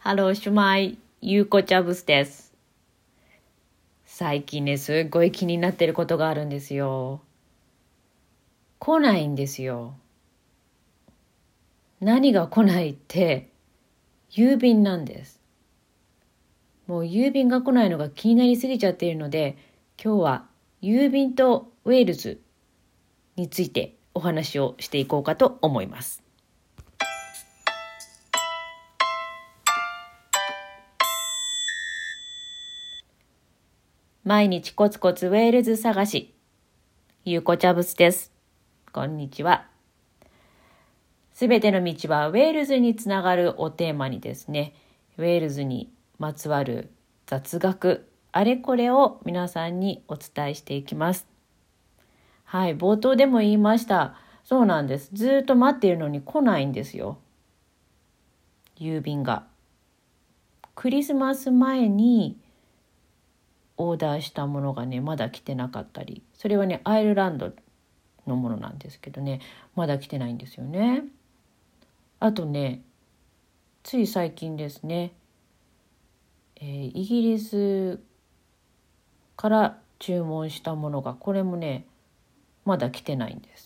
ハローシュマイ、ゆうこちゃぶすです。最近ね、すっごい気になってることがあるんですよ。来ないんですよ。何が来ないって、郵便なんです。もう郵便が来ないのが気になりすぎちゃっているので、今日は郵便とウェールズについてお話をしていこうかと思います。毎日コツコツウェールズ探し、ゆうこちゃぶすです。こんにちは。すべての道はウェールズにつながるをテーマにですね、ウェールズにまつわる雑学、あれこれを皆さんにお伝えしていきます。はい、冒頭でも言いました。そうなんです。ずっと待っているのに来ないんですよ。郵便が。クリスマス前にオーダーしたものがね、まだ来てなかったり、それはね、アイルランドのものなんですけどね、まだ来てないんですよね。あとね、つい最近ですね、イギリスから注文したものがこれもねまだ来てないんです。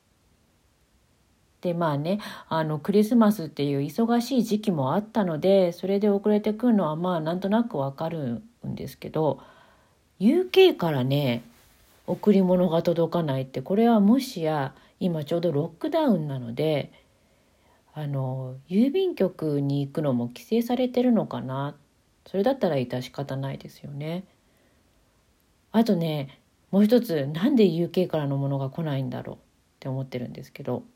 でまあねクリスマスっていう忙しい時期もあったのでそれで遅れてくるのはまあなんとなくわかるんですけど UK からね贈り物が届かないってこれはもしや今ちょうどロックダウンなので郵便局に行くのも規制されてるのかな。それだったら致し方ないですよね。あとねもう一つなんで UK からのものが来ないんだろうって思ってるんですけど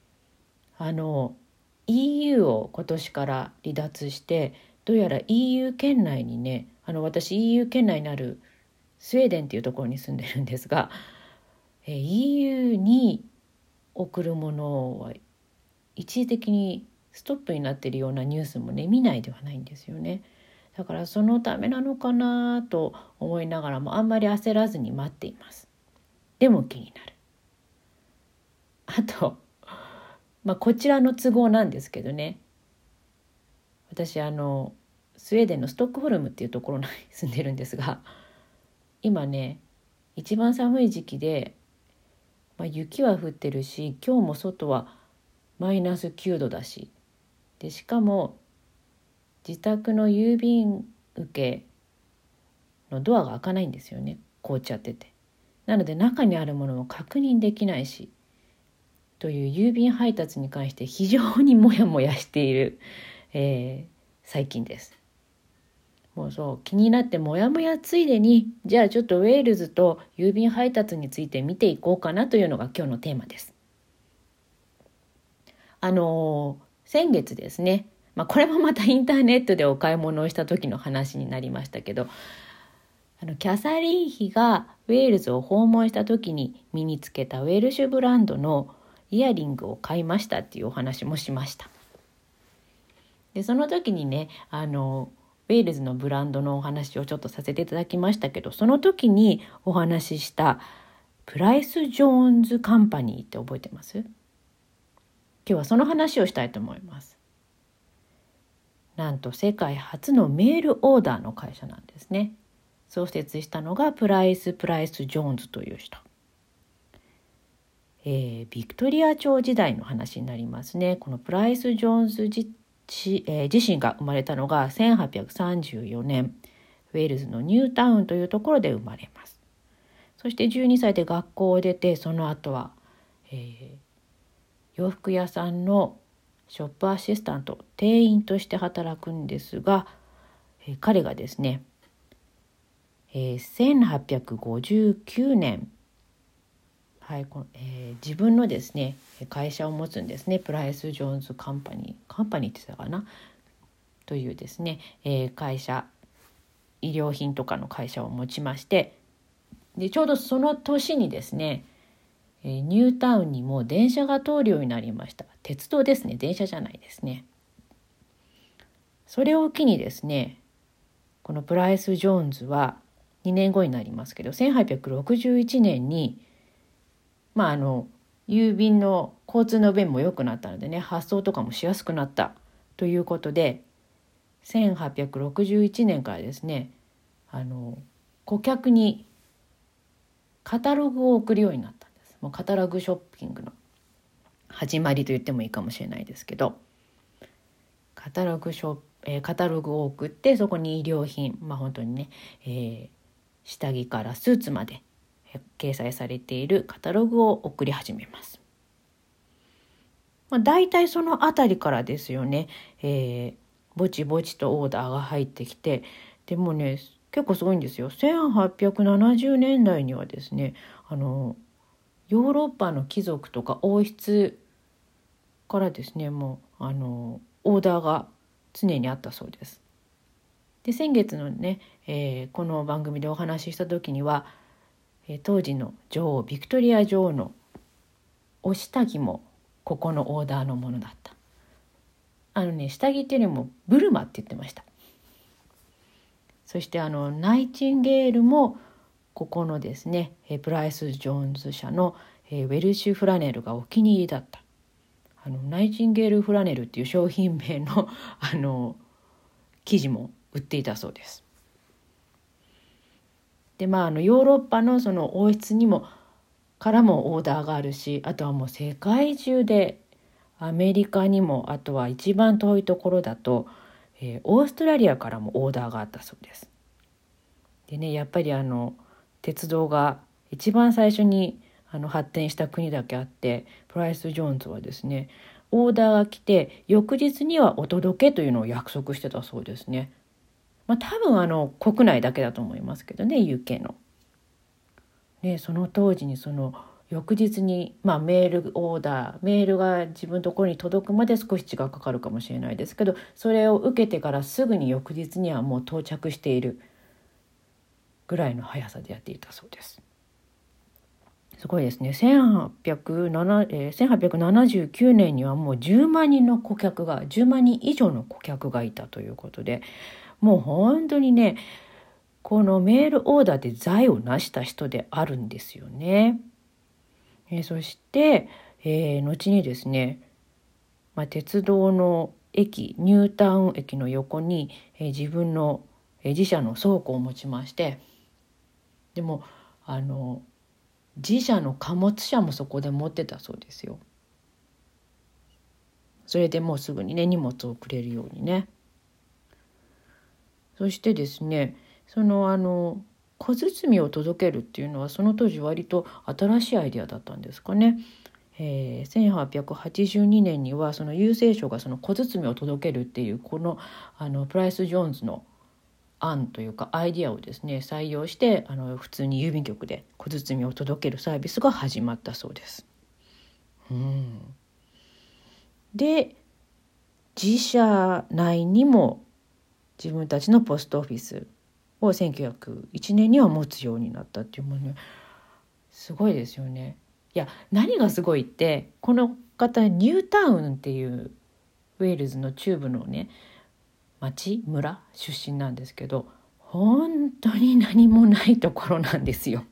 EU を今年から離脱してどうやら EU 圏内にね私 EU 圏内にあるスウェーデンっていうところに住んでるんですが、EU に送るものは一時的にストップになっているようなニュースもね見ないではないんですよね。だからそのためなのかなと思いながらもあんまり焦らずに待っています。でも気になる。あと、こちらの都合なんですけどね私スウェーデンのストックホルムっていうところに住んでるんですが今ね一番寒い時期で、雪は降ってるし今日も外はマイナス9度だしでしかも自宅の郵便受けのドアが開かないんですよね凍っちゃってて。なので中にあるものも確認できないしという郵便配達に関して非常にモヤモヤしている、最近です。もうそう気になってモヤモヤついでにじゃあちょっとウェールズと郵便配達について見ていこうかなというのが今日のテーマです。先月ですね、これもまたインターネットでお買い物をした時の話になりましたけどキャサリン妃がウェールズを訪問した時に身につけたウェルシュブランドのイヤリングを買いましたっていうお話もしました。でその時にねウェールズのブランドのお話をちょっとさせていただきましたけどその時にお話ししたプライス・ジョーンズ・カンパニーって覚えてます？今日はその話をしたいと思います。なんと世界初のメールオーダーの会社なんですね。創設したのがプライス・ジョーンズという人。ビクトリア朝時代の話になりますね。このプライス・ジョーンズ自身が生まれたのが1834年ウェールズのニュータウンというところで生まれます。そして12歳で学校を出てその後は、洋服屋さんのショップアシスタント店員として働くんですが、彼がですね、1859年自分のですね会社を持つんですね。プライス・ジョーンズ・カンパニーって言ってたかなというですね、会社医療品とかの会社を持ちましてでちょうどその年にですね、ニュータウンにも電車が通るようになりました。鉄道ですね、電車じゃないですね。それを機にですねこのプライス・ジョーンズは2年後になりますけど1861年に郵便の交通の便も良くなったのでね発送とかもしやすくなったということで 1861年からですね顧客にカタログを送るようになったんです。もうカタログショッピングの始まりと言ってもいいかもしれないですけど、カタログを送って、そこに衣料品、本当にね、下着からスーツまで掲載されているカタログを送り始めます。だいたいそのあたりからですよね、ぼちぼちとオーダーが入ってきて、でもね結構すごいんですよ。1870年代にはですねヨーロッパの貴族とか王室からですねもうオーダーが常にあったそうです。で先月のね、この番組でお話しした時には、当時の女王ビクトリア女王のお下着もここのオーダーのものだった。下着っていうよりもブルマって言ってました。そしてナイチンゲールもここのですねプライス・ジョーンズ社のウェルシュフラネルがお気に入りだった。ナイチンゲールフラネルっていう商品名の生地も売っていたそうです。でヨーロッパのその王室にもからもオーダーがあるし、あとはもう世界中でアメリカにも、あとは一番遠いところだと、オーストラリアからもオーダーがあったそうです。でね、やっぱり鉄道が一番最初に発展した国だけあって、プライス・ジョーンズはですねオーダーが来て翌日にはお届けというのを約束してたそうですね。多分国内だけだと思いますけどね、 UK の。その当時にその翌日に、メールが自分のところに届くまで少し時間かかるかもしれないですけど、それを受けてからすぐに翌日にはもう到着しているぐらいの速さでやっていたそうです。すごいですね。1879年にはもう10万人以上の顧客がいたということで、もう本当にねこのメールオーダーで財を成した人であるんですよね。そして、後にですね、鉄道の駅ニュータウン駅の横に、自分の、自社の倉庫を持ちまして、でも自社の貨物車もそこで持ってたそうですよ。それでもうすぐにね荷物を送れるようにね。そしてですねその小包を届けるっていうのはその当時割と新しいアイデアだったんですかね。1882年にはその郵政省がその小包を届けるっていうこのプライス・ジョーンズの案というかアイデアをですね採用して普通に郵便局で小包を届けるサービスが始まったそうです。で自社内にも自分たちのポストオフィスを1901年には持つようになったっていうもの、すごいですよね。いや何がすごいってこの方ニュータウンっていうウェールズの中部のね村出身なんですけど、本当に何もないところなんですよ。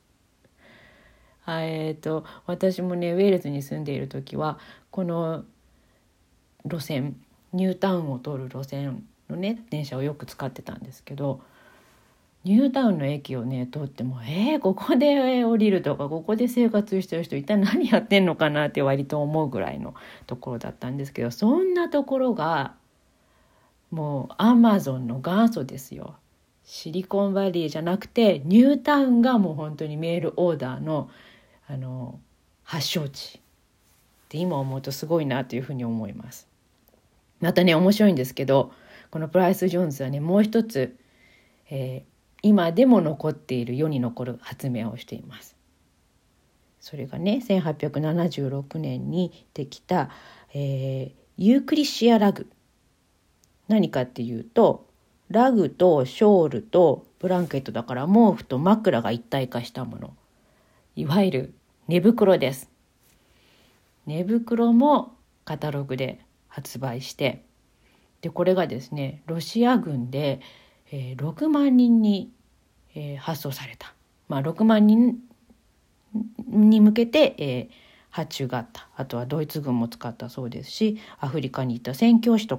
私もねウェールズに住んでいる時はこの路線ニュータウンを通る路線のね電車をよく使ってたんですけど、ニュータウンの駅をね通ってもここで降りるとかここで生活してる人一体何やってんのかなって割と思うぐらいのところだったんですけど、そんなところがもうアマゾンの元祖ですよ。シリコンバレーじゃなくてニュータウンがもう本当にメールオーダーの発祥地で、今思うとすごいなというふうに思います。またね面白いんですけど、このプライス・ジョーンズはねもう一つ、今でも残っている世に残る発明をしています。それがね1876年にできた、ユークリシアラグ。何かっていうとラグとショールとブランケットだから毛布と枕が一体化したもの、いわゆる寝袋です。寝袋もカタログで発売して、でこれがですねロシア軍で、6万人に、発送された、6万人に向けて、発注があった。あとはドイツ軍も使ったそうですし、アフリカに行った宣教師とか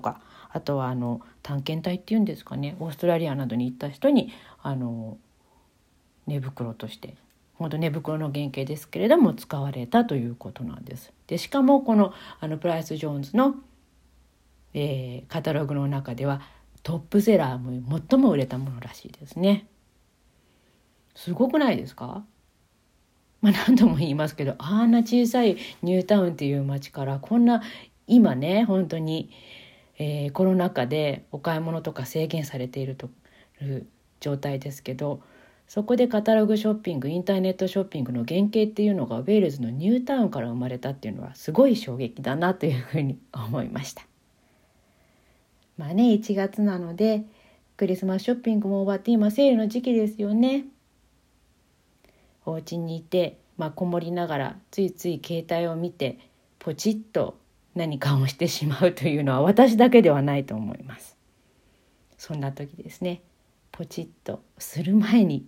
あとは探検隊っていうんですかね、オーストラリアなどに行った人に寝袋として本当寝袋の原型ですけれども使われたということなんです。でしかもこのプライス・ジョーンズの、カタログの中ではトップセラーも最も売れたものらしいですね。すごくないですか？何度も言いますけど、あんな小さいニュータウンっていう街からこんな今ね本当に、コロナ禍でお買い物とか制限されている状態ですけど、そこでカタログショッピング、インターネットショッピングの原型っていうのがウェールズのニュータウンから生まれたっていうのはすごい衝撃だなというふうに思いました。1月なのでクリスマスショッピングも終わって今セールの時期ですよね。お家にいて、こもりながらついつい携帯を見てポチッと何かをしてしまうというのは私だけではないと思います。そんな時ですね、ポチッとする前に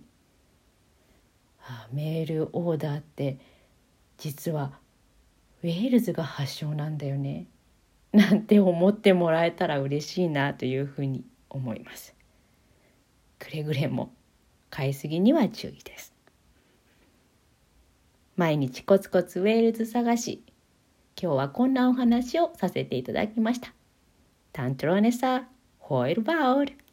メールオーダーって実はウェールズが発祥なんだよねなんて思ってもらえたら嬉しいなというふうに思います。くれぐれも買いすぎには注意です。毎日コツコツウェールズ探し、今日はこんなお話をさせていただきました。Tanto ne sa, hoi baud.